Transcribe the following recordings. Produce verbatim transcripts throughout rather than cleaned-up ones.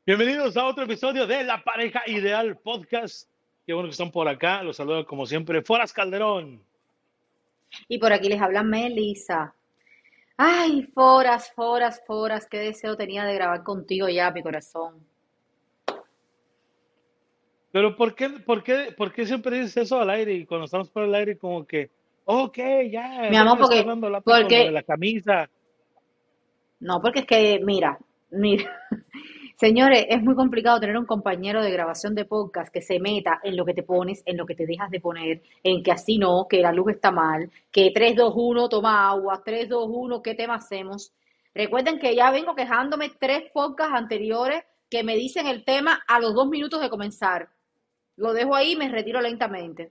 Bienvenidos a otro episodio de La Pareja Ideal Podcast. Qué bueno que están por acá. Los saludo como siempre, Foras Calderón. Y por aquí les habla Melissa. Ay, Foras, Foras, Foras, qué deseo tenía de grabar contigo ya, mi corazón. Pero ¿por qué, por qué, por qué siempre dices eso al aire? Y cuando estamos por el aire, como que, ok, ya, Mi amor, dejen de estar porque, dando lata con lo de porque, la camisa. no, porque es que, mira, mira, señores, es muy complicado tener un compañero de grabación de podcast que se meta en lo que te pones, en lo que te dejas de poner, en que así no, que la luz está mal, que tres, dos, uno, toma agua, tres, dos, uno, ¿qué tema hacemos? Recuerden que ya vengo quejándome tres podcasts anteriores que me dicen el tema a los dos minutos de comenzar. Lo dejo ahí y me retiro lentamente.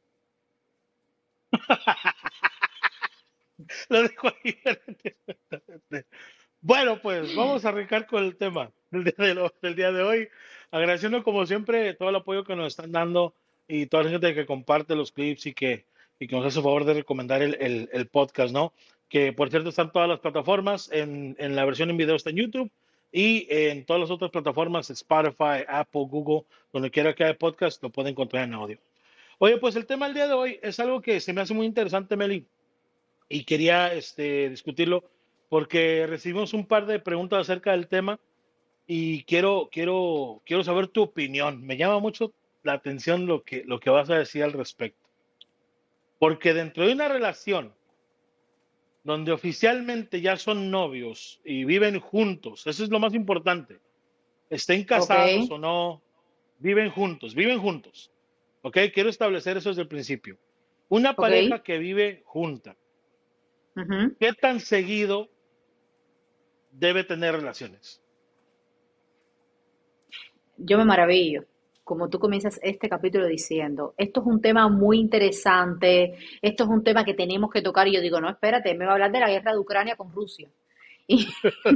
Lo dejo ahí. Bueno, pues vamos a arrancar con el tema del día de, lo- del día de hoy. Agradeciendo como siempre todo el apoyo que nos están dando y toda la gente que comparte los clips y que, y que nos hace favor de recomendar el, el- el podcast, ¿no? Que por cierto están todas las plataformas, en, en la versión en video está en YouTube y en todas las otras plataformas, Spotify, Apple, Google, donde quiera que haya podcast, lo pueden encontrar en audio. Oye, pues el tema del día de hoy es algo que se me hace muy interesante, Meli, y quería este, discutirlo porque recibimos un par de preguntas acerca del tema y quiero, quiero, quiero saber tu opinión. Me llama mucho la atención lo que, lo que vas a decir al respecto. Porque dentro de una relación donde oficialmente ya son novios y viven juntos, eso es lo más importante, estén Ok. casados o no, viven juntos, viven juntos. ¿Ok? Quiero establecer eso desde el principio. Una Ok. pareja que vive junta, Ujú. ¿qué tan seguido debe tener relaciones? Yo me maravillo. Como tú comienzas este capítulo diciendo, esto es un tema muy interesante, esto es un tema que tenemos que tocar, y yo digo, no, espérate, me va a hablar de la guerra de Ucrania con Rusia. Y,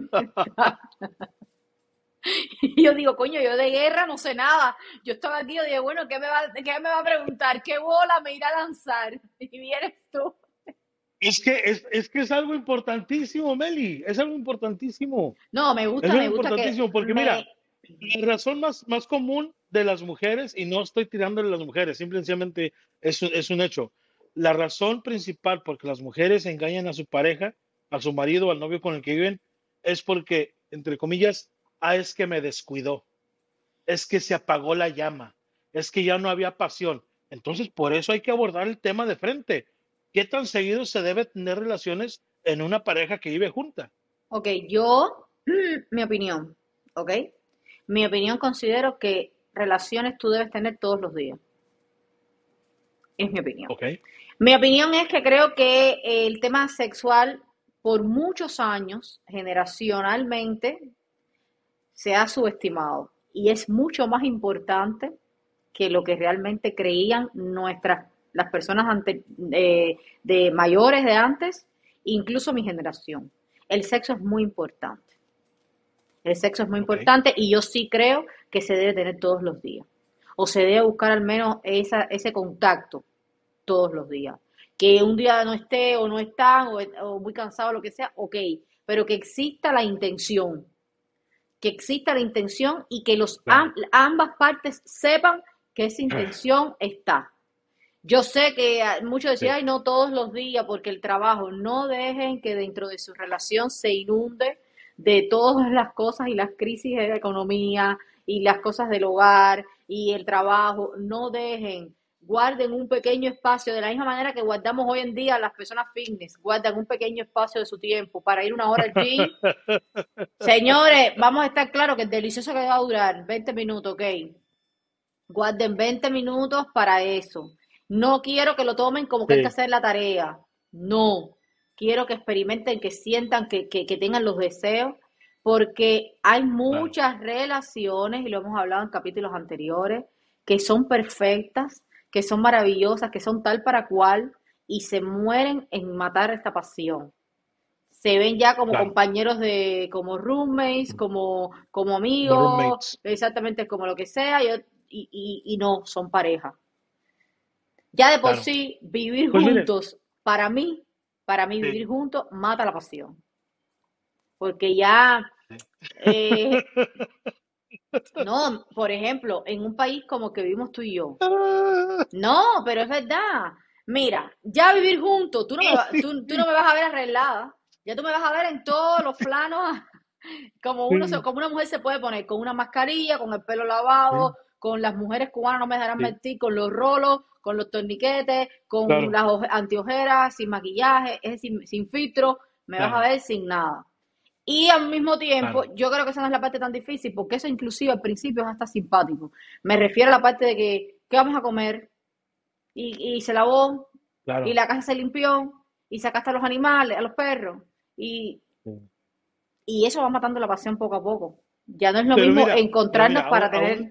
y yo digo, coño, yo de guerra no sé nada. Yo estaba aquí, yo digo, bueno, ¿qué me va, qué me va a preguntar? ¿Qué bola me irá a lanzar? Y vienes tú. Es que es, es que es algo importantísimo, Meli, es algo importantísimo, No, me es gusta, algo me gusta que importantísimo, porque me... mira, la razón más, más común de las mujeres, y no estoy tirándole a las mujeres, simplemente es, un- es un hecho, la razón principal por que las mujeres engañan a su pareja, a su marido, al novio con el que viven, es porque, entre comillas, ah, es que me descuidó, es que se apagó la llama, es que ya no había pasión. Entonces, por eso hay que abordar el tema de frente. ¿Qué tan seguido se debe tener relaciones en una pareja que vive junta? Ok, yo, mi opinión, ok. Mi opinión considero que relaciones tú debes tener todos los días. Es mi opinión. ¿Ok? Mi opinión es que creo que el tema sexual por muchos años, generacionalmente, se ha subestimado y es mucho más importante que lo que realmente creían nuestras las personas ante, eh, de mayores de antes, incluso mi generación. El sexo es muy importante. El sexo es muy ¿Ok? importante y yo sí creo que se debe tener todos los días. O se debe buscar al menos esa, ese contacto todos los días. Que un día no esté o no está o, o muy cansado o lo que sea, ok, pero que exista la intención, que exista la intención y que los Claro. ambas partes sepan que esa intención está. Yo sé que muchos decían, Sí, ay, no todos los días, porque el trabajo, no dejen que dentro de su relación se inunde de todas las cosas y las crisis de la economía y las cosas del hogar y el trabajo, no dejen, guarden un pequeño espacio, de la misma manera que guardamos hoy en día las personas fitness, guardan un pequeño espacio de su tiempo para ir una hora al gym. Señores, vamos a estar claros que el delicioso que va a durar veinte minutos, ok. Guarden veinte minutos para eso. No quiero que lo tomen como que hay que sí, hacer la tarea. No. Quiero que experimenten, que sientan, que, que, que tengan los deseos, porque hay claro. muchas relaciones, y lo hemos hablado en capítulos anteriores, que son perfectas, que son maravillosas, que son tal para cual, y se mueren en matar esta pasión. Se ven ya como Claro. compañeros de, como roommates, como, como Como amigos, roommates. exactamente como lo que sea, y, y, y no, son pareja. Ya de por Claro. sí, vivir Pues mire, juntos, para mí, para mí sí, vivir juntos mata la pasión. Porque ya, sí. eh, No, por ejemplo, en un país como que vivimos tú y yo. Ah, No, pero es verdad. Mira, ya vivir juntos, tú no me, va- sí, tú, tú no me vas a ver arreglada. Ya tú me vas a ver en todos los planos como uno se- sí, como una mujer se puede poner, con una mascarilla, con el pelo lavado, sí, con las mujeres cubanas no me dejarán sí, mentir, con los rolos, con los torniquetes, con claro, las oje- antiojeras, sin maquillaje, es decir, sin filtro, me vas a claro, ver sin nada. Y al mismo tiempo, claro. yo creo que esa no es la parte tan difícil, porque eso inclusive al principio es hasta simpático. Me refiero a la parte de que, ¿qué vamos a comer? Y, y se lavó, y Claro. la casa se limpió, y sacaste a los animales, a los perros, y, Sí. y eso va matando la pasión poco a poco. Ya no es lo Pero mismo mira, pero encontrarnos mira, aún, para aún, tener...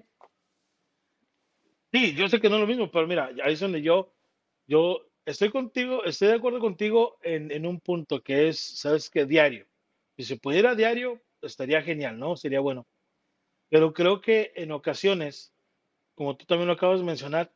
sí, yo sé que no es lo mismo, pero mira, ahí es donde yo, yo estoy contigo, estoy de acuerdo contigo en, en un punto que es, sabes que diario. Si se pudiera diario, estaría genial, ¿no? Sería bueno. Pero creo que en ocasiones, como tú también lo acabas de mencionar,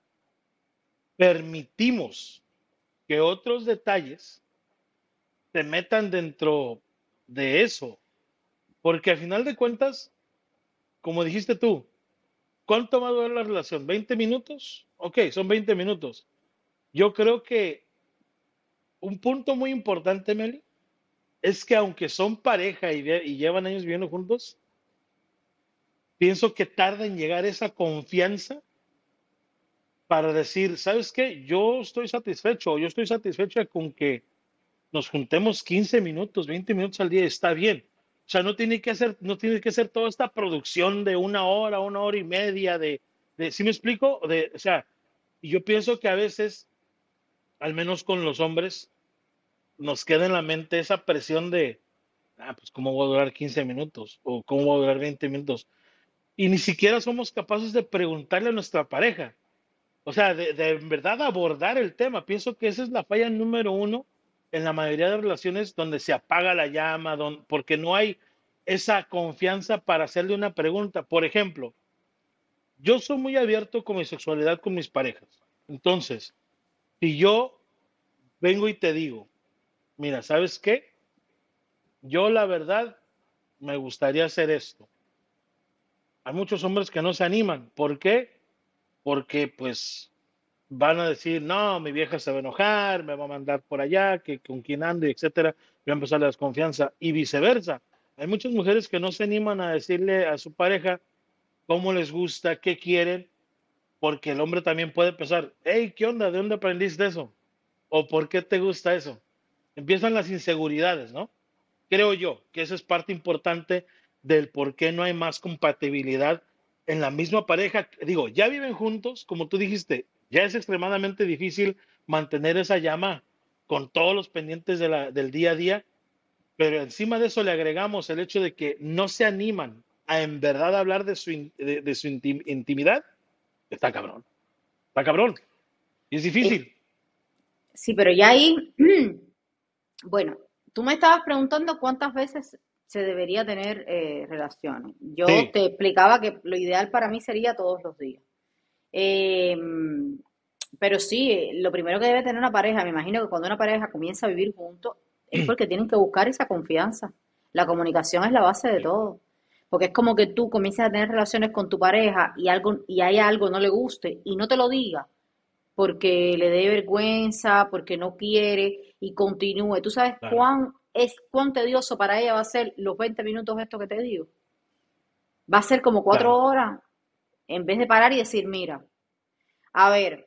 permitimos que otros detalles se metan dentro de eso, porque al final de cuentas, como dijiste tú, ¿cuánto va a durar la relación? ¿Veinte minutos? Ok, son veinte minutos. Yo creo que un punto muy importante, Meli, es que aunque son pareja y, y llevan años viviendo juntos, pienso que tarda en llegar esa confianza para decir, ¿sabes qué? Yo estoy satisfecho, yo estoy satisfecha con que nos juntemos quince minutos, veinte minutos al día, está bien. O sea, no tiene que hacer, no tiene que ser toda esta producción de una hora, una hora y media de, de ¿sí me explico? De, o sea, y yo pienso que a veces, al menos con los hombres, nos queda en la mente esa presión de, ah, pues cómo voy a durar quince minutos o cómo voy a durar veinte minutos. Y ni siquiera somos capaces de preguntarle a nuestra pareja. O sea, de, de en verdad abordar el tema. Pienso que esa es la falla número uno en la mayoría de relaciones donde se apaga la llama, don- porque no hay esa confianza para hacerle una pregunta. Por ejemplo, yo soy muy abierto con mi sexualidad con mis parejas. Entonces, si yo vengo y te digo, mira, ¿sabes qué? Yo la verdad me gustaría hacer esto. Hay muchos hombres que no se animan. ¿Por qué? Porque pues van a decir, no, mi vieja se va a enojar, me va a mandar por allá, que con quién ando, y etcétera. Va a empezar la desconfianza y viceversa. Hay muchas mujeres que no se animan a decirle a su pareja cómo les gusta, qué quieren, porque el hombre también puede pensar, hey, ¿qué onda? ¿De dónde aprendiste eso? ¿O por qué te gusta eso? Empiezan las inseguridades, ¿no? Creo yo que esa es parte importante del por qué no hay más compatibilidad en la misma pareja. Digo, ya viven juntos, como tú dijiste, ya es extremadamente difícil mantener esa llama con todos los pendientes de la, del día a día, pero encima de eso le agregamos el hecho de que no se animan a en verdad hablar de su, in- de, de su intim- intimidad. Está cabrón, está cabrón. Y es Es, difícil. sí, pero ya ahí, bueno, tú me estabas preguntando cuántas veces se debería tener eh, relaciones. Yo Sí, te explicaba que lo ideal para mí sería todos los días. Eh, pero sí, eh, lo primero que debe tener una pareja, me imagino que cuando una pareja comienza a vivir juntos, es porque tienen que buscar esa confianza. La comunicación es la base de sí, todo. Porque es como que tú comienzas a tener relaciones con tu pareja y algo, y hay algo no le guste y no te lo diga porque le dé vergüenza, porque no quiere y continúe. ¿Tú sabes claro, cuán es cuán tedioso para ella va a ser los veinte minutos esto que te digo? Va a ser como cuatro claro, horas en vez de parar y decir, mira, a ver,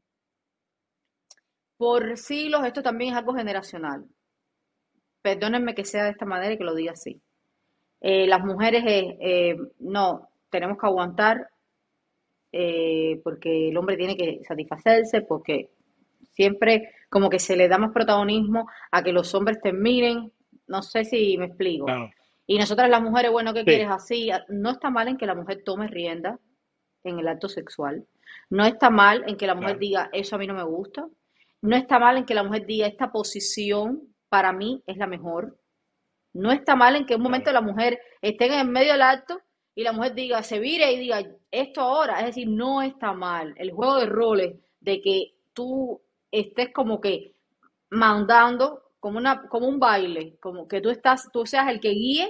por siglos esto también es algo generacional. Perdónenme que sea de esta manera y que lo diga así. Eh, las mujeres, eh, eh, no, tenemos que aguantar eh, porque el hombre tiene que satisfacerse, porque siempre como que se le da más protagonismo a que los hombres terminen, no sé si me explico. claro. Y nosotras las mujeres, bueno, ¿qué quieres Sí, así? No está mal en que la mujer tome rienda en el acto sexual. No está mal en que la mujer claro, diga, eso a mí no me gusta. No está mal en que la mujer diga, esta posición para mí es la mejor. No está mal en que un momento claro, la mujer esté en el medio del acto y la mujer diga, se vire y diga, esto ahora. Es decir, no está mal. El juego de roles de que tú estés como que mandando como una como un baile, como que tú estás tú seas el que guíe,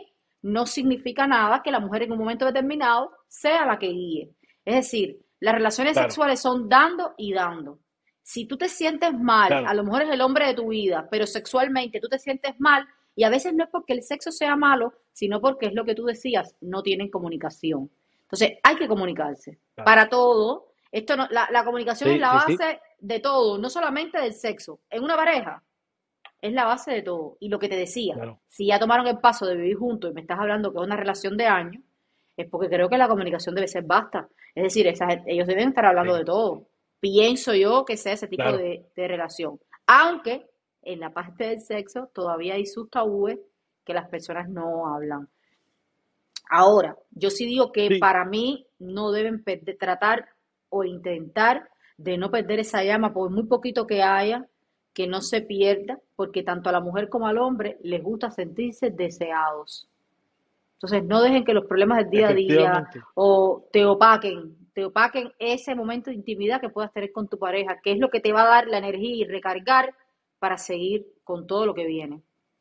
no significa nada que la mujer en un momento determinado sea la que guíe. Es decir, las relaciones Claro, sexuales son dando y dando. Si tú te sientes mal, a claro, lo mejor es el hombre de tu vida, pero sexualmente tú te sientes mal, y a veces no es porque el sexo sea malo, sino porque es lo que tú decías, no tienen comunicación. Entonces, hay que comunicarse. claro. Para todo, esto no, la, la comunicación es Sí, la sí, sí, base de todo, no solamente del sexo. En una pareja, es la base de todo. Y lo que te decía, claro. si ya tomaron el paso de vivir juntos y me estás hablando que es una relación de años, es porque creo que la comunicación debe ser basta. Es decir, esa ellos deben estar hablando de Sí, todo. Pienso yo que sea ese tipo claro. de, de relación. Aunque en la parte del sexo todavía hay sus tabúes que las personas no hablan. Ahora, yo sí digo que Sí, para mí no deben perder- tratar o intentar de no perder esa llama, por muy poquito que haya, que no se pierda, porque tanto a la mujer como al hombre les gusta sentirse deseados. Entonces, no dejen que los problemas del día a día efectivamente. o te opaquen, te opaquen ese momento de intimidad que puedas tener con tu pareja, que es lo que te va a dar la energía y recargar para seguir con todo lo que viene.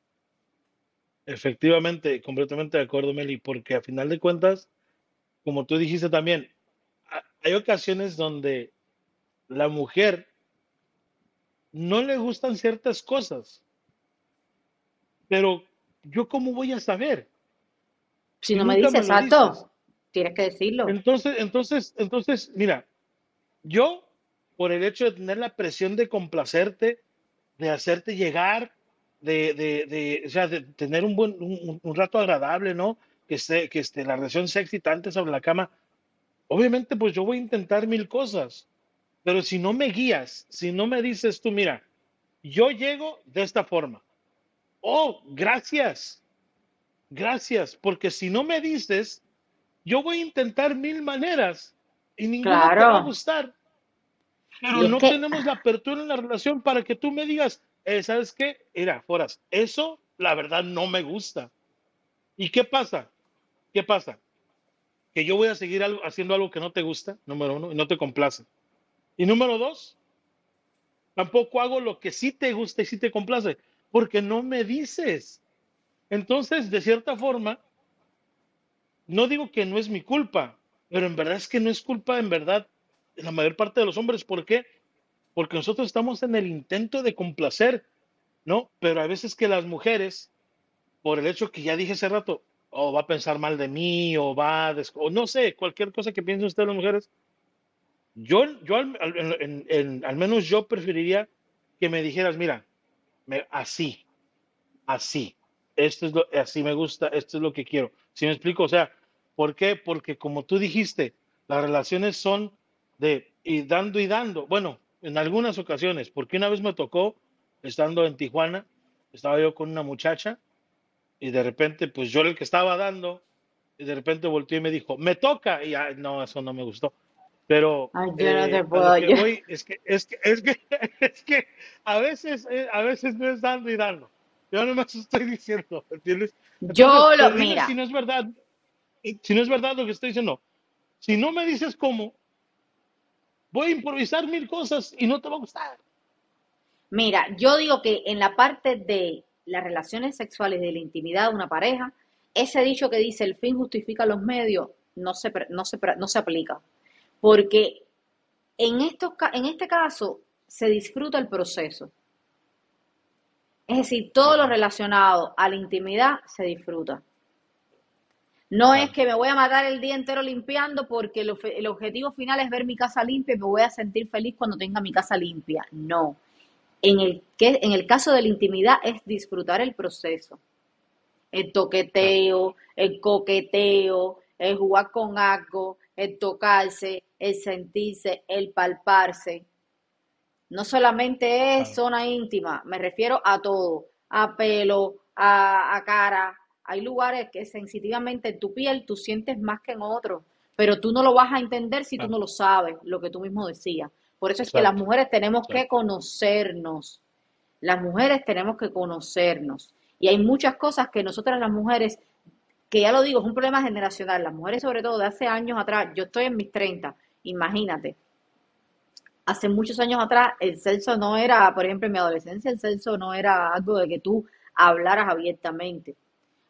Efectivamente, completamente de acuerdo, Meli, porque a final de cuentas, como tú dijiste también, ha- hay ocasiones donde la mujer no le gustan ciertas cosas, pero yo cómo voy a saber Si si no me nunca dice me lo dices. exacto, tienes que decirlo. Entonces, entonces, entonces, mira, yo por el hecho de tener la presión de complacerte, de hacerte llegar, de, de, de, o sea, de tener un buen, un, un rato agradable, ¿no? Que esté, que esté la relación sea excitante sobre la cama. Obviamente, pues yo voy a intentar mil cosas, pero si no me guías, si no me dices tú, mira, yo llego de esta forma. Oh, gracias, gracias, porque si no me dices, yo voy a intentar mil maneras y ninguna te va a Claro. gustar, pero Y es no que, tenemos la apertura en la relación para que tú me digas, eh, ¿sabes qué? Mira, Foras, eso la verdad no me gusta. ¿Y qué pasa? ¿Qué pasa? Que yo voy a seguir algo- haciendo algo que no te gusta, número uno, y no te complace. Y número dos, tampoco hago lo que sí te gusta y sí te complace, porque no me dices. Entonces, de cierta forma, no digo que no es mi culpa, pero en verdad es que no es culpa, en verdad, de la mayor parte de los hombres. ¿Por qué? Porque nosotros estamos en el intento de complacer, ¿no? Pero a veces que las mujeres, por el hecho que ya dije hace rato, o va a pensar mal de mí, o va a, des- o no sé, cualquier cosa que piensen ustedes las mujeres, yo, yo al, al- en- en- en- al menos yo preferiría que me dijeras, mira, me- así, así, esto es lo, así me gusta, esto es lo que quiero. ¿Sí me explico? O sea, ¿por qué? Porque como tú dijiste, las relaciones son de ir dando y dando. Bueno, en algunas ocasiones, porque una vez me tocó, estando en Tijuana, estaba yo con una muchacha y de repente, pues yo era el que estaba dando y de repente volteó y me dijo, me toca. Y ay, no, eso no me gustó. Pero ay, yo no te eh, a lo puedo, que yo, voy es que, es que, es que, es que a veces, eh, a veces no es dando y dando. Yo no me estoy diciendo, ¿entiendes? Entonces, yo lo, pero dime si mira, no es verdad, eh, si no es verdad lo que estoy diciendo. Si no me dices cómo, voy a improvisar mil cosas y no te va a gustar. mira, yo digo que en la parte de las relaciones sexuales, de la intimidad de una pareja, ese dicho que dice el fin justifica los medios, no se, no se, no se aplica. Porque en, estos, en este caso se disfruta el proceso. Es decir, todo lo Ajá, relacionado a la intimidad se disfruta. No es claro, que me voy a matar el día entero limpiando porque el, el objetivo final es ver mi casa limpia y me voy a sentir feliz cuando tenga mi casa limpia. No. En el, que, en el caso de la intimidad es disfrutar el proceso, el claro, toqueteo, el coqueteo, el jugar con algo, el tocarse, el sentirse, el palparse. No solamente es claro, zona íntima, me refiero a todo, a pelo, a, a cara. Hay lugares que sensitivamente en tu piel tú sientes más que en otros, pero tú no lo vas a entender si tú claro, no lo sabes, lo que tú mismo decías. Por eso es que las exacto, mujeres tenemos que exacto. conocernos. Las mujeres tenemos que conocernos. Y hay muchas cosas que nosotras las mujeres, que ya lo digo, es un problema generacional. Las mujeres, sobre todo de hace años atrás, yo estoy en mis treinta, imagínate, hace muchos años atrás el sexo no era, por ejemplo, en mi adolescencia, el sexo no era algo de que tú hablaras abiertamente.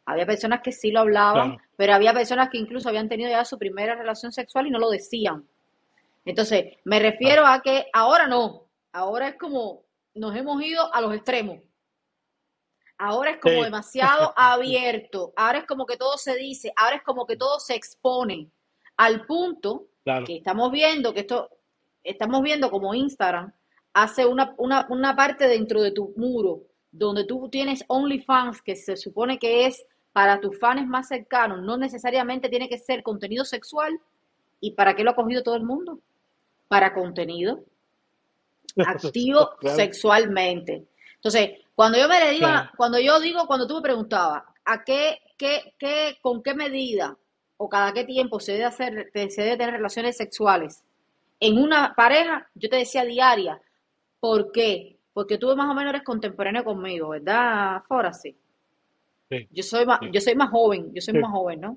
Había personas que sí lo hablaban, claro. pero había personas que incluso habían tenido ya su primera relación sexual y no lo decían. Entonces, me Ah, refiero a que ahora no, ahora es como nos hemos ido a los extremos. Ahora es como sí, demasiado sí, abierto, ahora es como que todo se dice, ahora es como que todo se expone al punto claro, que estamos viendo que esto, estamos viendo como Instagram hace una, una, una parte dentro de tu muro donde tú tienes OnlyFans, que se supone que es para tus fans más cercanos, no necesariamente tiene que ser contenido sexual. ¿Y para qué lo ha cogido todo el mundo? Para contenido activo claro, sexualmente. Entonces, cuando yo me le digo, claro. cuando yo digo, cuando tú me preguntabas, ¿a qué, qué, qué, con qué medida o cada qué tiempo se debe hacer, se debe tener relaciones sexuales en una pareja? Yo te decía diaria. ¿Por qué? Porque tú más o menos eres contemporáneo conmigo, ¿verdad, Forasy? Sí, Yo soy más, sí, yo soy más joven, yo soy sí. más joven, ¿no?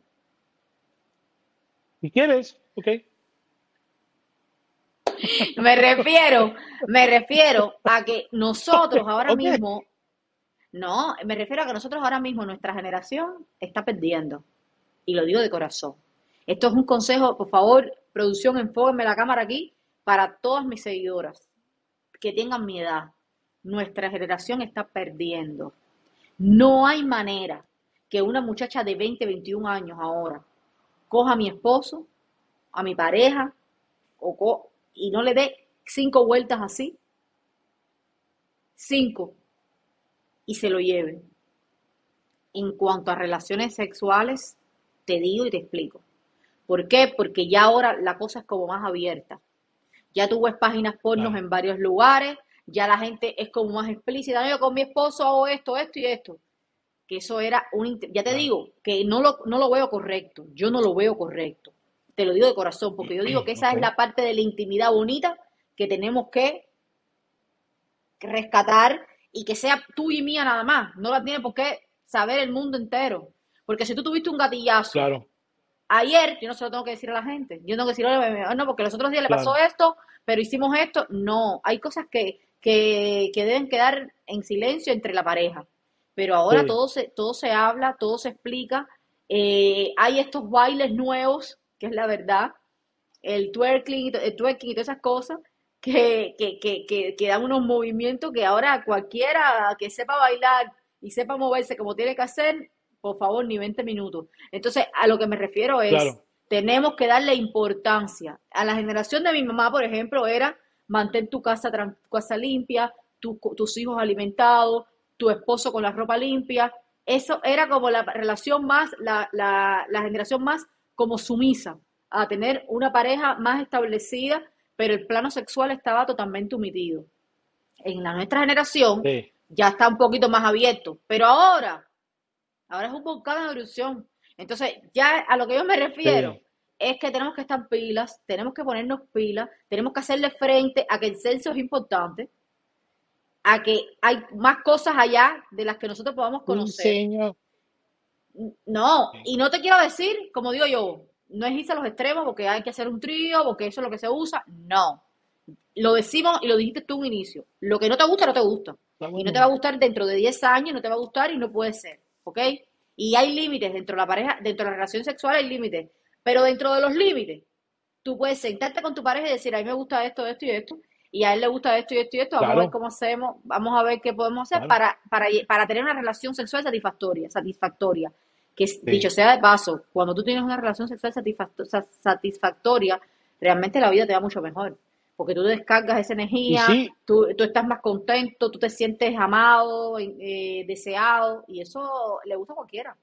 Si quieres, ok. Me refiero, me refiero a que Ok, nosotros ahora ok. mismo. No, me refiero a que nosotros ahora mismo, nuestra generación está perdiendo. Y lo digo de corazón. Esto es un consejo, por favor, producción, enfóquenme la cámara aquí para todas mis seguidoras que tengan mi edad. Nuestra generación está perdiendo. No hay manera que una muchacha de veinte, veintiún años ahora coja a mi esposo, a mi pareja, o co y no le dé cinco vueltas así, cinco, y se lo lleve. En cuanto a relaciones sexuales, te digo y te explico. ¿Por qué? Porque ya ahora la cosa es como más abierta. Ya tú ves páginas pornos Claro, en varios lugares, ya la gente es como más explícita. No, yo con mi esposo hago esto, esto y esto. Que eso era un... Ya te claro. digo, que no lo, no lo veo correcto. Yo no lo veo correcto. Te lo digo de corazón, porque yo digo que esa Ok, es la parte de la intimidad bonita que tenemos que rescatar y que sea tú y mía nada más. No la tiene por qué saber el mundo entero. Porque si tú tuviste un gatillazo claro, ayer, yo no se lo tengo que decir a la gente. Yo tengo que decir, "Oye, no, porque los otros días le pasó claro. esto, pero hicimos esto". No, hay cosas que, que, que deben quedar en silencio entre la pareja. Pero ahora Sí, todo se, todo se habla, todo se explica. Eh, hay estos bailes nuevos, que es la verdad, el twerking, el twerking y todas esas cosas, que, que, que, que, que dan unos movimientos que ahora cualquiera que sepa bailar y sepa moverse como tiene que hacer, por favor, ni veinte minutos. Entonces, a lo que me refiero es, claro. tenemos que darle importancia. A la generación de mi mamá, por ejemplo, era mantén tu casa, tu casa limpia, tu, tus hijos alimentados, tu esposo con la ropa limpia. Eso era como la relación más, la, la, la generación más como sumisa a tener una pareja más establecida, pero el plano sexual estaba totalmente omitido. En la nuestra generación Sí, ya está un poquito más abierto, pero ahora, ahora es un volcán de erupción. Entonces, ya a lo que yo me refiero sí. es que tenemos que estar pilas, tenemos que ponernos pilas, tenemos que hacerle frente a que el censo es importante, a que hay más cosas allá de las que nosotros podamos Un conocer. señor. No, Sí, y no te quiero decir, como digo yo, no es irse a los extremos porque hay que hacer un trío, porque eso es lo que se usa. No. Lo decimos y lo dijiste tú en un inicio. Lo que no te gusta, no te gusta. está Y no te va a bueno. gustar dentro de diez años, no te va a gustar y no puede ser. ¿Ok? Y hay límites dentro de la pareja, dentro de la relación sexual hay límites. Pero dentro de los límites, tú puedes sentarte con tu pareja y decir, a mí me gusta esto, esto y esto, y a él le gusta esto y esto y esto, vamos a ver Claro, cómo hacemos, vamos a ver qué podemos hacer claro. para, para, para tener una relación sexual satisfactoria, satisfactoria. Que dicho Sí, sea de paso, cuando tú tienes una relación sexual satisfactoria, realmente la vida te va mucho mejor. Porque tú descargas esa y energía, sí, tú, tú estás más contento, tú te sientes amado, eh, deseado, y eso le gusta a cualquiera.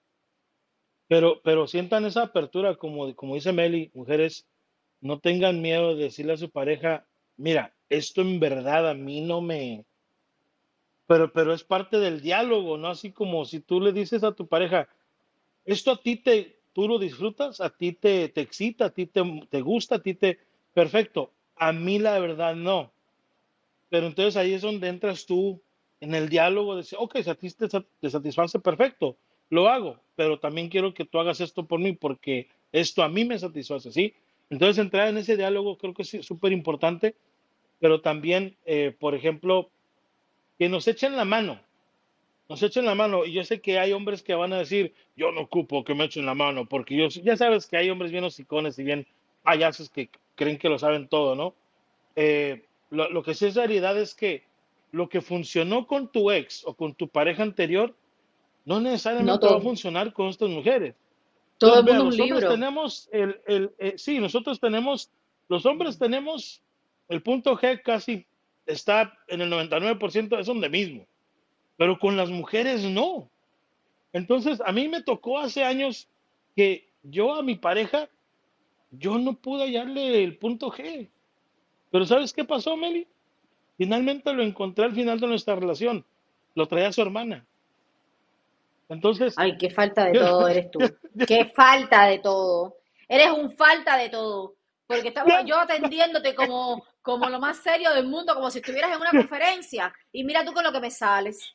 pero, pero sientan esa apertura, como, como dice Meli, mujeres, no tengan miedo de decirle a su pareja, mira, esto en verdad a mí no me, pero, pero es parte del diálogo, ¿no? Así como si tú le dices a tu pareja, esto a ti te, tú lo disfrutas, a ti te, te excita, a ti te, te gusta, a ti te, perfecto, a mí la verdad no. Pero entonces ahí es donde entras tú en el diálogo de decir, ok, si a ti te, te satisface, perfecto, lo hago, pero también quiero que tú hagas esto por mí porque esto a mí me satisface, ¿sí? Entonces entrar en ese diálogo creo que es súper importante, pero también, eh, por ejemplo, que nos echen la mano, nos echen la mano. Y yo sé que hay hombres que van a decir, yo no ocupo que me echen la mano, porque yo, ya sabes que hay hombres bien hocicones y bien payasos que creen que lo saben todo, ¿no? Eh, lo, lo que sí es realidad es que lo que funcionó con tu ex o con tu pareja anterior no No necesariamente va a todo. funcionar con estas mujeres. Todo Los, el vea, mundo es un los hombres libro. tenemos el, el eh, sí, nosotros tenemos, los hombres tenemos el punto G casi está en el noventa y nueve por ciento es donde mismo, pero con las mujeres no. Entonces, a mí me tocó hace años que yo a mi pareja, yo no pude hallarle el punto G. Pero ¿sabes qué pasó, Meli? Finalmente lo encontré al final de nuestra relación. Lo traía su hermana. Entonces, Ay, qué falta de yo, todo eres yo- tú. yo- Qué falta de todo. Eres un falta de todo. Porque estamos no, yo no. atendiéndote como, como lo más serio del mundo, como si estuvieras en una conferencia. Y mira tú con lo que me sales.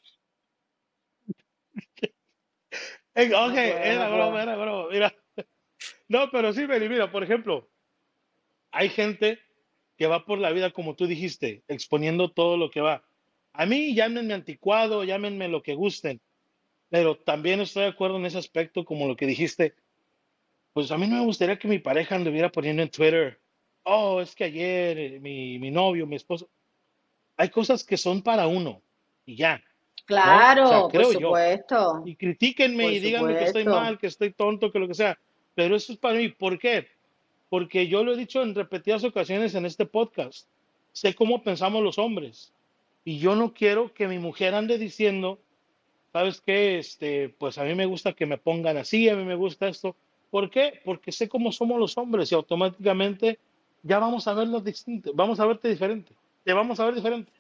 Eh, Ok, No puedo, era no broma, puedo. era broma. Mira, no, pero sí, Meli, mira, por ejemplo, hay gente que va por la vida, como tú dijiste, exponiendo todo lo que va. A mí, llámenme anticuado, llámenme lo que gusten, pero también estoy de acuerdo en ese aspecto, como lo que dijiste. Pues a mí no me gustaría que mi pareja anduviera poniendo en Twitter, oh, es que ayer eh, mi, mi novio, mi esposo. Hay cosas que son para uno y ya, ¿no? O sea, Claro, por creo yo. supuesto, Y critíquenme por y díganme que estoy supuesto. mal, que estoy tonto, que lo que sea. Pero eso es para mí. ¿Por qué? Porque yo lo he dicho en repetidas ocasiones en este podcast. Sé cómo pensamos los hombres. Y yo no quiero que mi mujer ande diciendo, ¿sabes qué? Este, pues a mí me gusta que me pongan así, a mí me gusta esto. ¿Por qué? Porque sé cómo somos los hombres y automáticamente ya vamos a verlos distintos, vamos a verte diferente, te vamos a ver diferente.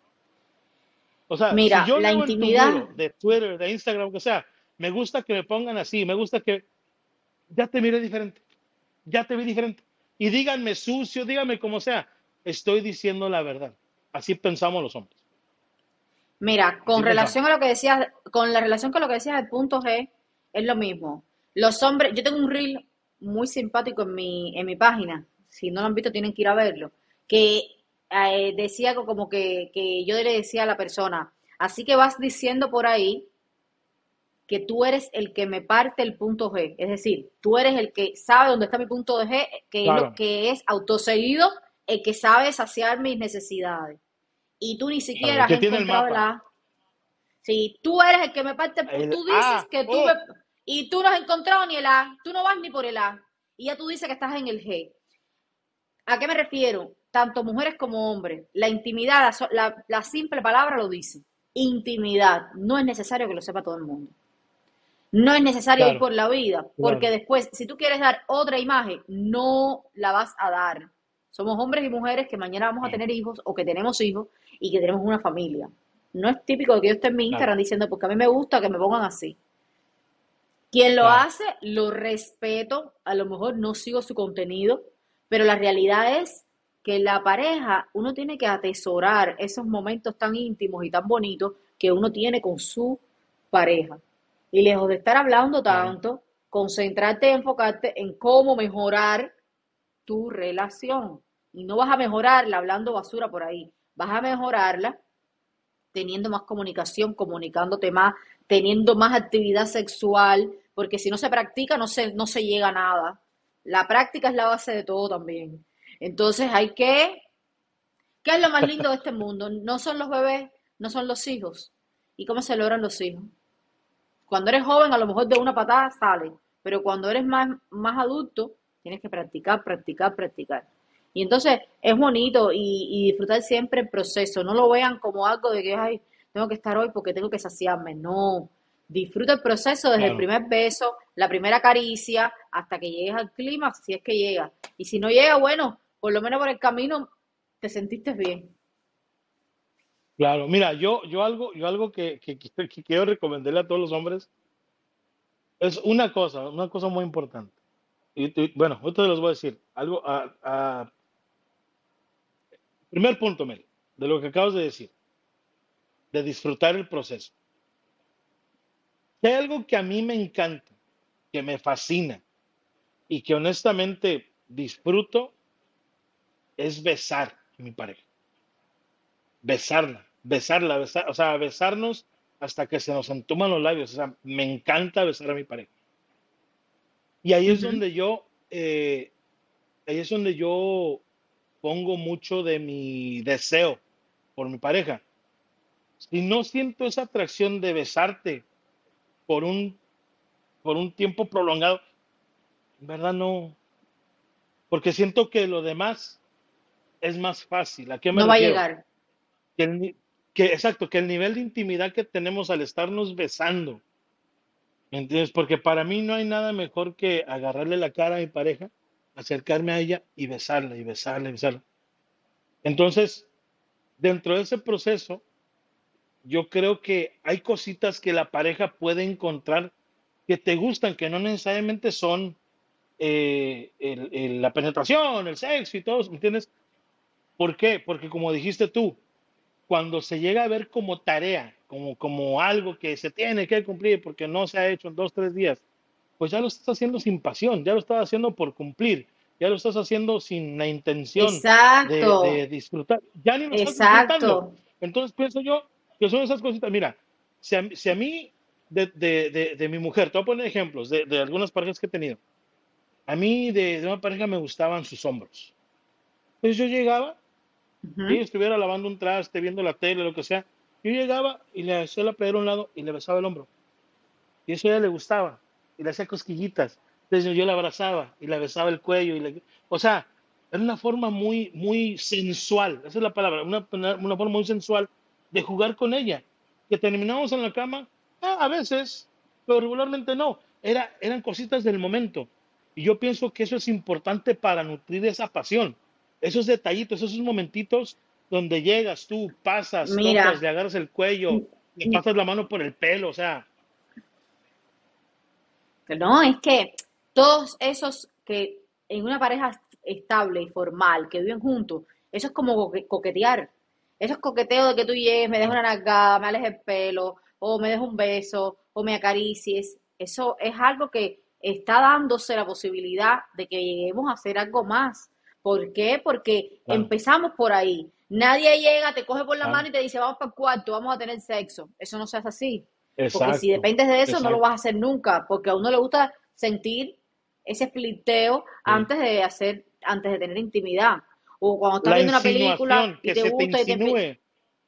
O sea, si Mira, yo la leo en tu intimidad, muro de Twitter, de Instagram, lo que sea, me gusta que me pongan así, me gusta que ya te mire diferente, ya te vi diferente. Y díganme sucio, díganme como sea, estoy diciendo la verdad. Así pensamos los hombres, mira, así con pensamos. relación a lo que decías, con la relación con lo que decías del punto G, es lo mismo. Los hombres, yo tengo un reel muy simpático en mi, en mi página. Si no lo han visto, tienen que ir a verlo. Que eh, decía algo como que, que yo le decía a la persona, así que vas diciendo por ahí que tú eres el que me parte el punto G. Es decir, tú eres el que sabe dónde está mi punto de G, que es lo Claro, que es autoseguido, el que sabe saciar mis necesidades. Y tú ni claro, el siquiera has que tiene el encontrado mapa. la. Si tú eres el que me parte, El tú dices A, que tú me. oh, Y tú no has encontrado ni el A, tú no vas ni por el A. Y ya tú dices que estás en el G. ¿A qué me refiero? Tanto mujeres como hombres. La intimidad, la, la, la simple palabra lo dice. Intimidad. No es necesario que lo sepa todo el mundo. No es necesario ir claro, por la vida, porque claro. después, si tú quieres dar otra imagen, no la vas a dar. Somos hombres y mujeres que mañana vamos a Claro, tener hijos o que tenemos hijos y que tenemos una familia. No es típico de que yo esté en mi claro, Instagram diciendo, porque a mí me gusta que me pongan así. Quien lo claro, hace, lo respeto, a lo mejor no sigo su contenido, pero la realidad es que la pareja, uno tiene que atesorar esos momentos tan íntimos y tan bonitos que uno tiene con su pareja. Y lejos de estar hablando claro. tanto, concentrarte y enfocarte en cómo mejorar tu relación. Y no vas a mejorarla hablando basura por ahí, vas a mejorarla teniendo más comunicación, comunicándote más, teniendo más actividad sexual, porque si no se practica no se, no se llega a nada. La práctica es la base de todo también. Entonces hay que, ¿qué es lo más lindo de este mundo? No son los bebés, no son los hijos. ¿Y cómo se logran los hijos? Cuando eres joven, a lo mejor de una patada sale, pero cuando eres más, más adulto, tienes que practicar, practicar, practicar. Y entonces es bonito y, y disfrutar siempre el proceso. No lo vean como algo de que, ay, tengo que estar hoy porque tengo que saciarme. No, disfruta el proceso desde el Claro. primer beso, la primera caricia, hasta que llegues al clima, si es que llega. Y si no llega, bueno, por lo menos por el camino te sentiste bien. Claro, mira, yo, yo algo, yo algo que, que, que- que quiero recomendarle a todos los hombres es una cosa, una cosa muy importante. Y, y, bueno, ahorita les voy a decir algo. A, a- primer punto, Mel, de lo que acabas de decir, de disfrutar el proceso. Si hay algo que a mí me encanta, que me fascina y que honestamente disfruto, es besar a mi pareja, besarla, besarla, besar, o sea, besarnos hasta que se nos entuman los labios. O sea, me encanta besar a mi pareja. Y ahí es Ujú. donde yo, eh, ahí es donde yo pongo mucho de mi deseo por mi pareja. Si no siento esa atracción de besarte por un, por un tiempo prolongado, en verdad no, porque siento que lo demás es más fácil. ¿A qué me No va a refiero? llegar. Que, el ni- que exacto, que el nivel de intimidad que tenemos al estarnos besando, ¿me entiendes? Porque para mí no hay nada mejor que agarrarle la cara a mi pareja, acercarme a ella y besarla y besarla y besarla. Entonces, dentro de ese proceso, yo creo que hay cositas que la pareja puede encontrar que te gustan, que no necesariamente son eh, el- el- la penetración, el sexo y todo, ¿me entiendes? ¿Por qué? Porque como dijiste tú, cuando se llega a ver como tarea, como, como algo que se tiene que cumplir porque no se ha hecho en dos, tres días, pues ya lo estás haciendo sin pasión, ya lo estás haciendo por cumplir, ya lo estás haciendo sin la intención de, de Exacto, disfrutar, ya ni lo estás disfrutando. exacto. Entonces pienso yo que son esas cositas. Mira, si a, si a mí, de, de, de, de mi mujer, te voy a poner ejemplos de, de algunas parejas que he tenido. A mí de, de una pareja me gustaban sus hombros. Entonces yo llegaba, si ella Ujú. estuviera lavando un traste, viendo la tele, lo que sea, yo llegaba y le hacía la playera a un lado y le besaba el hombro. Y eso a ella le gustaba. Y le hacía cosquillitas. Entonces yo la abrazaba y le besaba el cuello. Y le... O sea, era una forma muy, muy sensual. Esa es la palabra. Una, una, una forma muy sensual de jugar con ella. Que terminamos en la cama, ah, a veces, pero regularmente no. Era, eran cositas del momento. Y yo pienso que eso es importante para nutrir esa pasión. Esos detallitos, esos momentitos donde llegas tú, pasas, tocas, Mira, le agarras el cuello, le pasas la mano por el pelo. O sea, no, es que todos esos que en una pareja estable y formal, que viven juntos, eso es como coque- coquetear. Eso es coqueteo de que tú llegues, me des una nalgada, me alejes el pelo, o me des un beso, o me acaricies. Eso es algo que está dándose la posibilidad de que lleguemos a hacer algo más. ¿Por qué? Porque claro, empezamos por ahí. Nadie llega, te coge por la claro. mano y te dice, vamos para el cuarto, vamos a tener sexo. Eso no se hace así. Porque si Exacto, dependes de eso, no lo exacto. vas a hacer nunca, porque a uno le gusta sentir ese flirteo Sí. antes de hacer, antes de tener intimidad. O cuando estás La viendo una película insinuación, y que te se te gusta y te... empie- insinúe,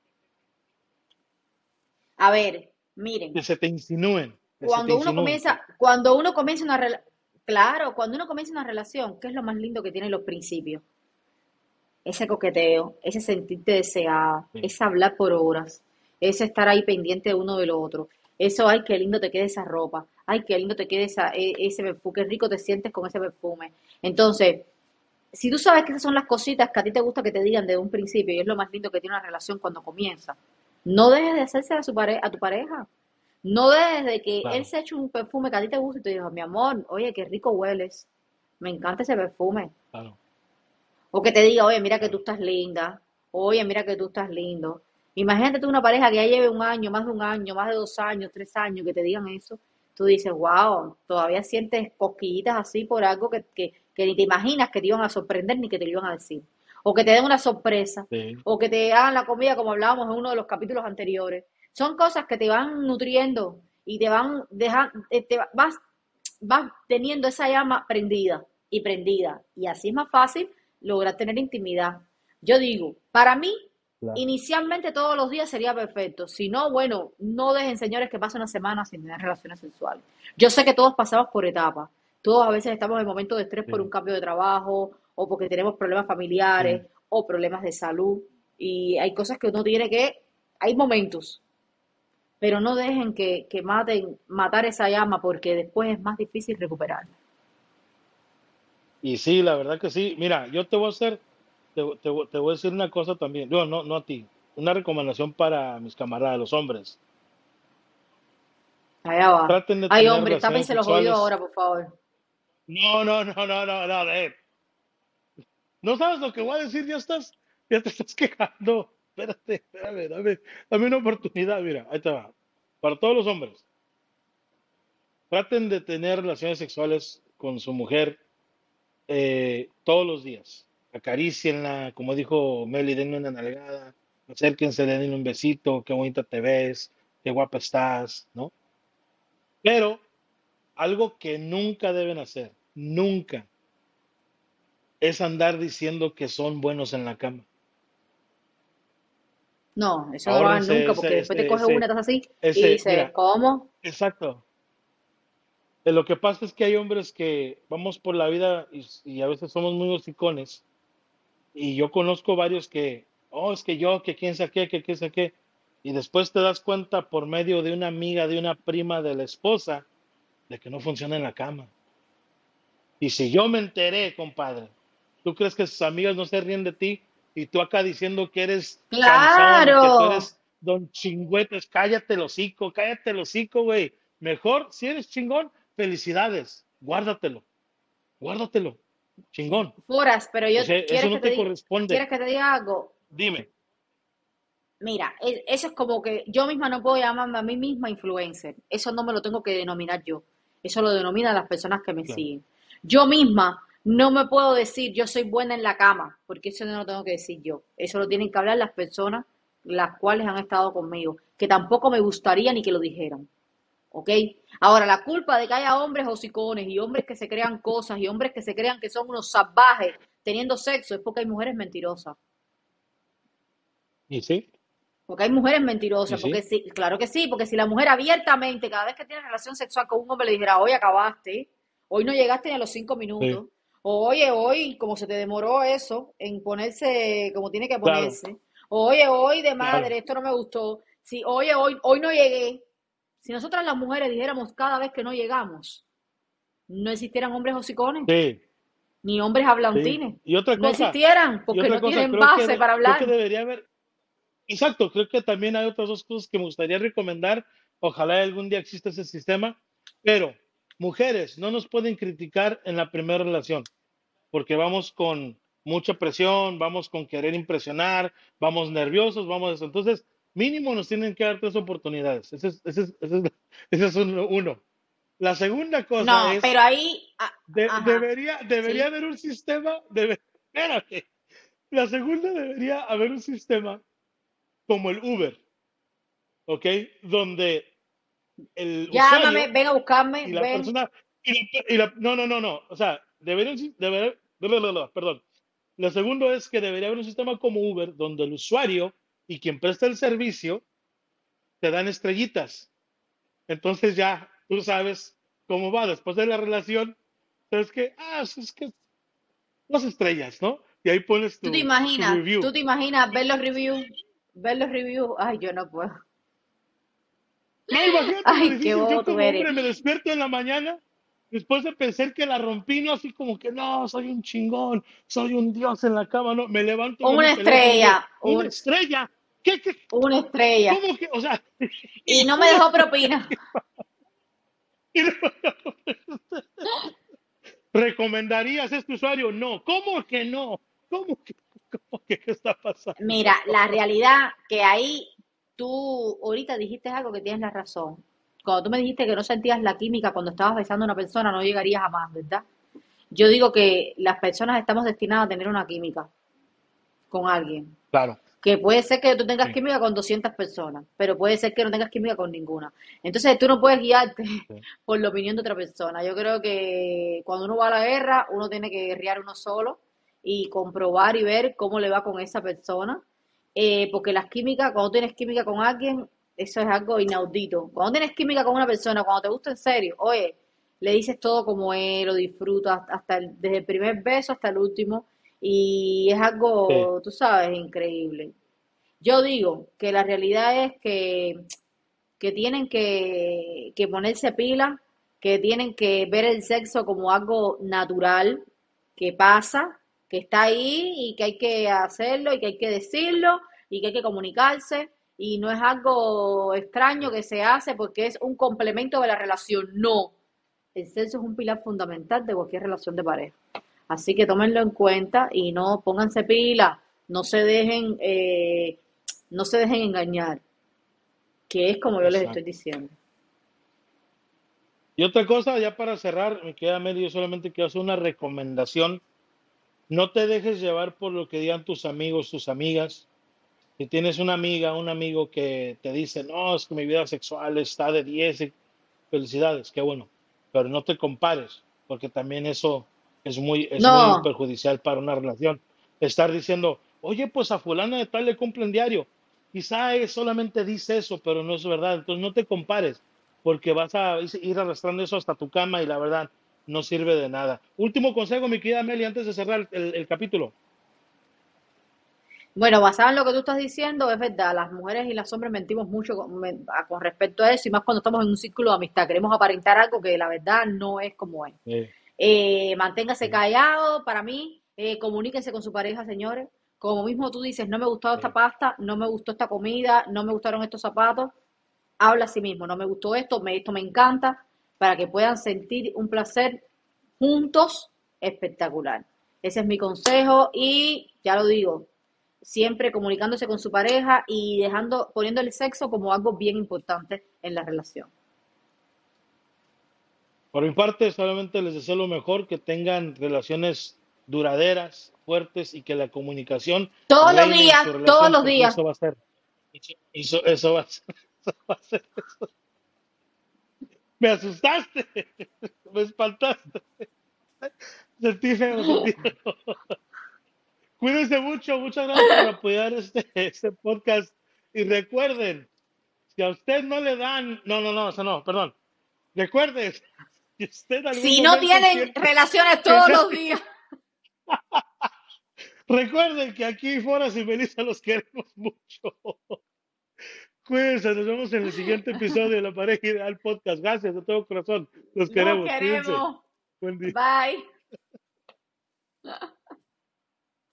A ver, miren, que se te insinúen, que se te cuando uno insinúen. comienza, cuando uno comienza una relación, claro, cuando uno comienza una relación, ¿qué es lo más lindo que tienen los principios? Ese coqueteo, ese sentirte deseada, Sí, ese hablar por horas, ese estar ahí pendiente de uno del otro. Eso, ay, qué lindo te queda esa ropa, ay, qué lindo te queda esa, e- ese perfume, qué rico te sientes con ese perfume. Entonces, si tú sabes que esas son las cositas que a ti te gusta que te digan desde un principio y es lo más lindo que tiene una relación cuando comienza, no dejes de hacerse a, su pare a tu pareja. No dejes de que él claro, se eche un perfume que a ti te gusta y te diga, mi amor, oye, qué rico hueles, me encanta ese perfume. claro, O que te diga, oye, mira que tú claro. estás linda. Oye, mira que tú estás lindo. Imagínate tú una pareja que ya lleve un año, más de un año, más de dos años, tres años, que te digan eso. Tú dices, wow, todavía sientes cosquillitas así por algo que, que, que ni te imaginas que te iban a sorprender ni que te lo iban a decir. O que te den una sorpresa. Sí, O que te hagan la comida como hablábamos en uno de los capítulos anteriores. Son cosas que te van nutriendo y te van dejando, te vas, vas teniendo esa llama prendida y prendida. Y así es más fácil lograr tener intimidad. Yo digo, para mí, claro. inicialmente todos los días sería perfecto. Si no, bueno, no dejen, señores, que pase una semana sin tener relaciones sexuales. Yo sé que todos pasamos por etapas. Todos a veces estamos en momentos de estrés por un Sí, cambio de trabajo o porque tenemos problemas familiares sí. o problemas de salud. Y hay cosas que uno tiene que, hay momentos, pero no dejen que, que maten, matar esa llama porque después es más difícil recuperarla. Y sí, la verdad que sí. Mira, yo te voy a hacer, te, te voy te voy a decir una cosa también. No, no, no a ti. Una recomendación para mis camaradas, los hombres. Allá va. Traten de Ay, tener hombre, relaciones tápense los oídos sexuales. ahora, por favor. No, no, no, no, no, no. eh. No sabes lo que voy a decir, ya estás, ya te estás quejando. Espérate, espérame, dame, dame una oportunidad. Mira, ahí te va. Para todos los hombres. Traten de tener relaciones sexuales con su mujer eh, todos los días. Acarícienla, como dijo Meli, denle una nalgada, acérquense, denle un besito, qué bonita te ves. qué guapa estás, ¿no? Pero algo que nunca deben hacer, nunca, es andar diciendo que son buenos en la cama. No, eso no lo hagan Ahórrense nunca porque ese, después te ese, coge una, ese, estás así y ese, dices, mira, ¿cómo? exacto. Eh, Lo que pasa es que hay hombres que vamos por la vida y, y a veces somos muy hocicones. Y yo conozco varios que, oh, es que yo, que quién saqué, que quién saqué. Y después te das cuenta por medio de una amiga, de una prima de la esposa, de que no funciona en la cama. Y si yo me enteré, compadre, ¿tú crees que sus amigas no se ríen de ti? Y tú acá diciendo que eres Sansón y que tú Claro, eres Don Chingüetes, cállate el hocico, cállate el hocico, güey. Mejor, si eres chingón, felicidades, guárdatelo, guárdatelo, chingón. Foras, pero yo, O sea, eso ¿quieres que no te te diga, corresponde. quieres que te diga algo? Dime. Mira, e- eso es como que yo misma no puedo llamarme a mí misma influencer. Eso no me lo tengo que denominar yo. Eso lo denominan las personas que me Claro. siguen. Yo misma no me puedo decir yo soy buena en la cama, porque eso no lo tengo que decir yo. Eso lo tienen que hablar las personas las cuales han estado conmigo, que tampoco me gustaría ni que lo dijeran. ¿Ok? Ahora, la culpa de que haya hombres hocicones y hombres que se crean cosas y hombres que se crean que son unos salvajes teniendo sexo es porque hay mujeres mentirosas. ¿Y sí? Porque hay mujeres ¿Y mentirosas, porque sí? sí, claro que sí, porque si la mujer abiertamente, cada vez que tiene relación sexual con un hombre, le dijera, hoy acabaste, hoy no llegaste ni a los cinco Sí, minutos, o oye, hoy, como se te demoró eso, en ponerse como tiene que claro, ponerse, o oye, hoy de claro. madre, esto no me gustó, si, oye, hoy, hoy no llegué, si nosotras las mujeres dijéramos cada vez que no llegamos, no existieran hombres hocicones, Sí, ni hombres sí. hablantines, Y otra no cosa, existieran, y porque otra no cosa, tienen creo que base de- para creo que hablar. debería haber, exacto, creo que también hay otras dos cosas que me gustaría recomendar. Ojalá algún día exista ese sistema, pero mujeres no nos pueden criticar en la primera relación, porque vamos con mucha presión, vamos con querer impresionar, vamos nerviosos, vamos a eso. Entonces, mínimo nos tienen que dar tres oportunidades. Ese es, ese es, ese es, ese es uno. uno. La segunda cosa No, pero es, ahí, ah, de- ajá, debería, debería sí. haber un sistema, debe, espérate. La segunda debería haber un sistema como el Uber, ¿ok? Donde el Llámame, usuario ven a buscarme, y la ven. persona, y la, y la- no, no, no, no, o sea, debería, debería, perdón. Lo segundo es que debería haber un sistema como Uber donde el usuario y quien presta el servicio te dan estrellitas. Entonces ya tú sabes cómo va después de la relación. Sabes que, ah, es que dos estrellas, ¿no? Y ahí pones Tú te tu, tu imaginas, review. tú te imaginas ver los reviews, ver los reviews. Ay, yo no puedo. No, imagínate lo Ay, qué difícil. Yo bobo tú como eres. hombre me despierto en la mañana después de pensar que la rompí, no así como que no, soy un chingón, soy un dios en la cama, no, me levanto, veo mi Una teléfono y digo, estrella, una un, estrella, ¿qué, qué, una estrella. cómo que, o sea, Y no me una dejó estrella. propina. Y luego, ¿recomendarías a este usuario? No, ¿cómo que no? ¿Cómo que, cómo que qué está Mira, pasando? la realidad que ahí tú ahorita dijiste algo que tienes la razón. Cuando tú me dijiste que no sentías la química cuando estabas besando a una persona, no llegarías jamás, ¿verdad? Yo digo que las personas estamos destinadas a tener una química con alguien. Claro, Que puede ser que tú tengas sí, química con doscientas personas, pero puede ser que no tengas química con ninguna. Entonces tú no puedes guiarte sí, por la opinión de otra persona. Yo creo que cuando uno va a la guerra, uno tiene que guerrear uno solo y comprobar y ver cómo le va con esa persona. Eh, porque las químicas, cuando tienes química con alguien, eso es algo inaudito. Cuando tienes química con una persona, cuando te gusta en serio, oye, le dices todo como es, lo disfrutas hasta el- desde el primer beso hasta el último y es sí, algo, tú sabes, increíble. Yo digo que la realidad es que, que tienen que, que ponerse pila, que tienen que ver el sexo como algo natural, que pasa, que está ahí y que hay que hacerlo y que hay que decirlo y que hay que comunicarse y no es algo extraño que se hace porque es un complemento de la relación. No, el sexo es un pilar fundamental de cualquier relación de pareja. Así que tómenlo en cuenta y no pónganse pila, no se dejen, eh, no se dejen engañar, que es como yo les estoy exacto. diciendo. Y otra cosa, ya para cerrar, me queda medio, solamente quiero hacer una recomendación. No te dejes llevar por lo que digan tus amigos, tus amigas. Si tienes una amiga, un amigo que te dice, no, es que mi vida sexual está de diez, y felicidades, qué bueno, pero no te compares, porque también eso es muy, es muy No, perjudicial para una relación. Estar diciendo, oye, pues a fulana de tal le cumplen diario. Quizá él solamente dice eso, pero no es verdad. Entonces no te compares, porque vas a ir arrastrando eso hasta tu cama y la verdad no sirve de nada. Último consejo, mi querida Meli, antes de cerrar el, el el capítulo. bueno, basado en lo que tú estás diciendo, es verdad, las mujeres y los hombres mentimos mucho con, me- a- con respecto a eso, y más cuando estamos en un círculo de amistad, queremos aparentar algo que la verdad no es como es. Eh, Eh, manténgase eh, callado, para mí, eh, comuníquense con su pareja, señores. Como mismo tú dices, no me gustó esta eh. pasta, no me gustó esta comida, no me gustaron estos zapatos, habla a sí mismo, no me gustó esto, me, esto me encanta, para que puedan sentir un placer juntos espectacular. Ese es mi consejo y ya lo digo, siempre comunicándose con su pareja y dejando, poniendo el sexo como algo bien importante en la relación. Por mi parte, solamente les deseo lo mejor, que tengan relaciones duraderas, fuertes y que la comunicación Todos los reine en días, su todos relación, los porque días. eso va a ser, eso, eso, eso va a ser, eso va a ser. Me asustaste, me espantaste, sentí feo, sentí feo. Cuídense mucho, muchas gracias por apoyar este, este podcast y recuerden, si a usted no le dan, no, no, no, eso no, perdón, recuerden, si usted en algún Si no momento tienen siente relaciones que todos no. los días. Recuerden que aquí Foras y Melissa los queremos mucho. Cuídense, nos vemos en el siguiente episodio de La Pareja Ideal Podcast. Gracias de todo corazón. Los Los queremos. Cuídense. queremos. Buen día. Bye.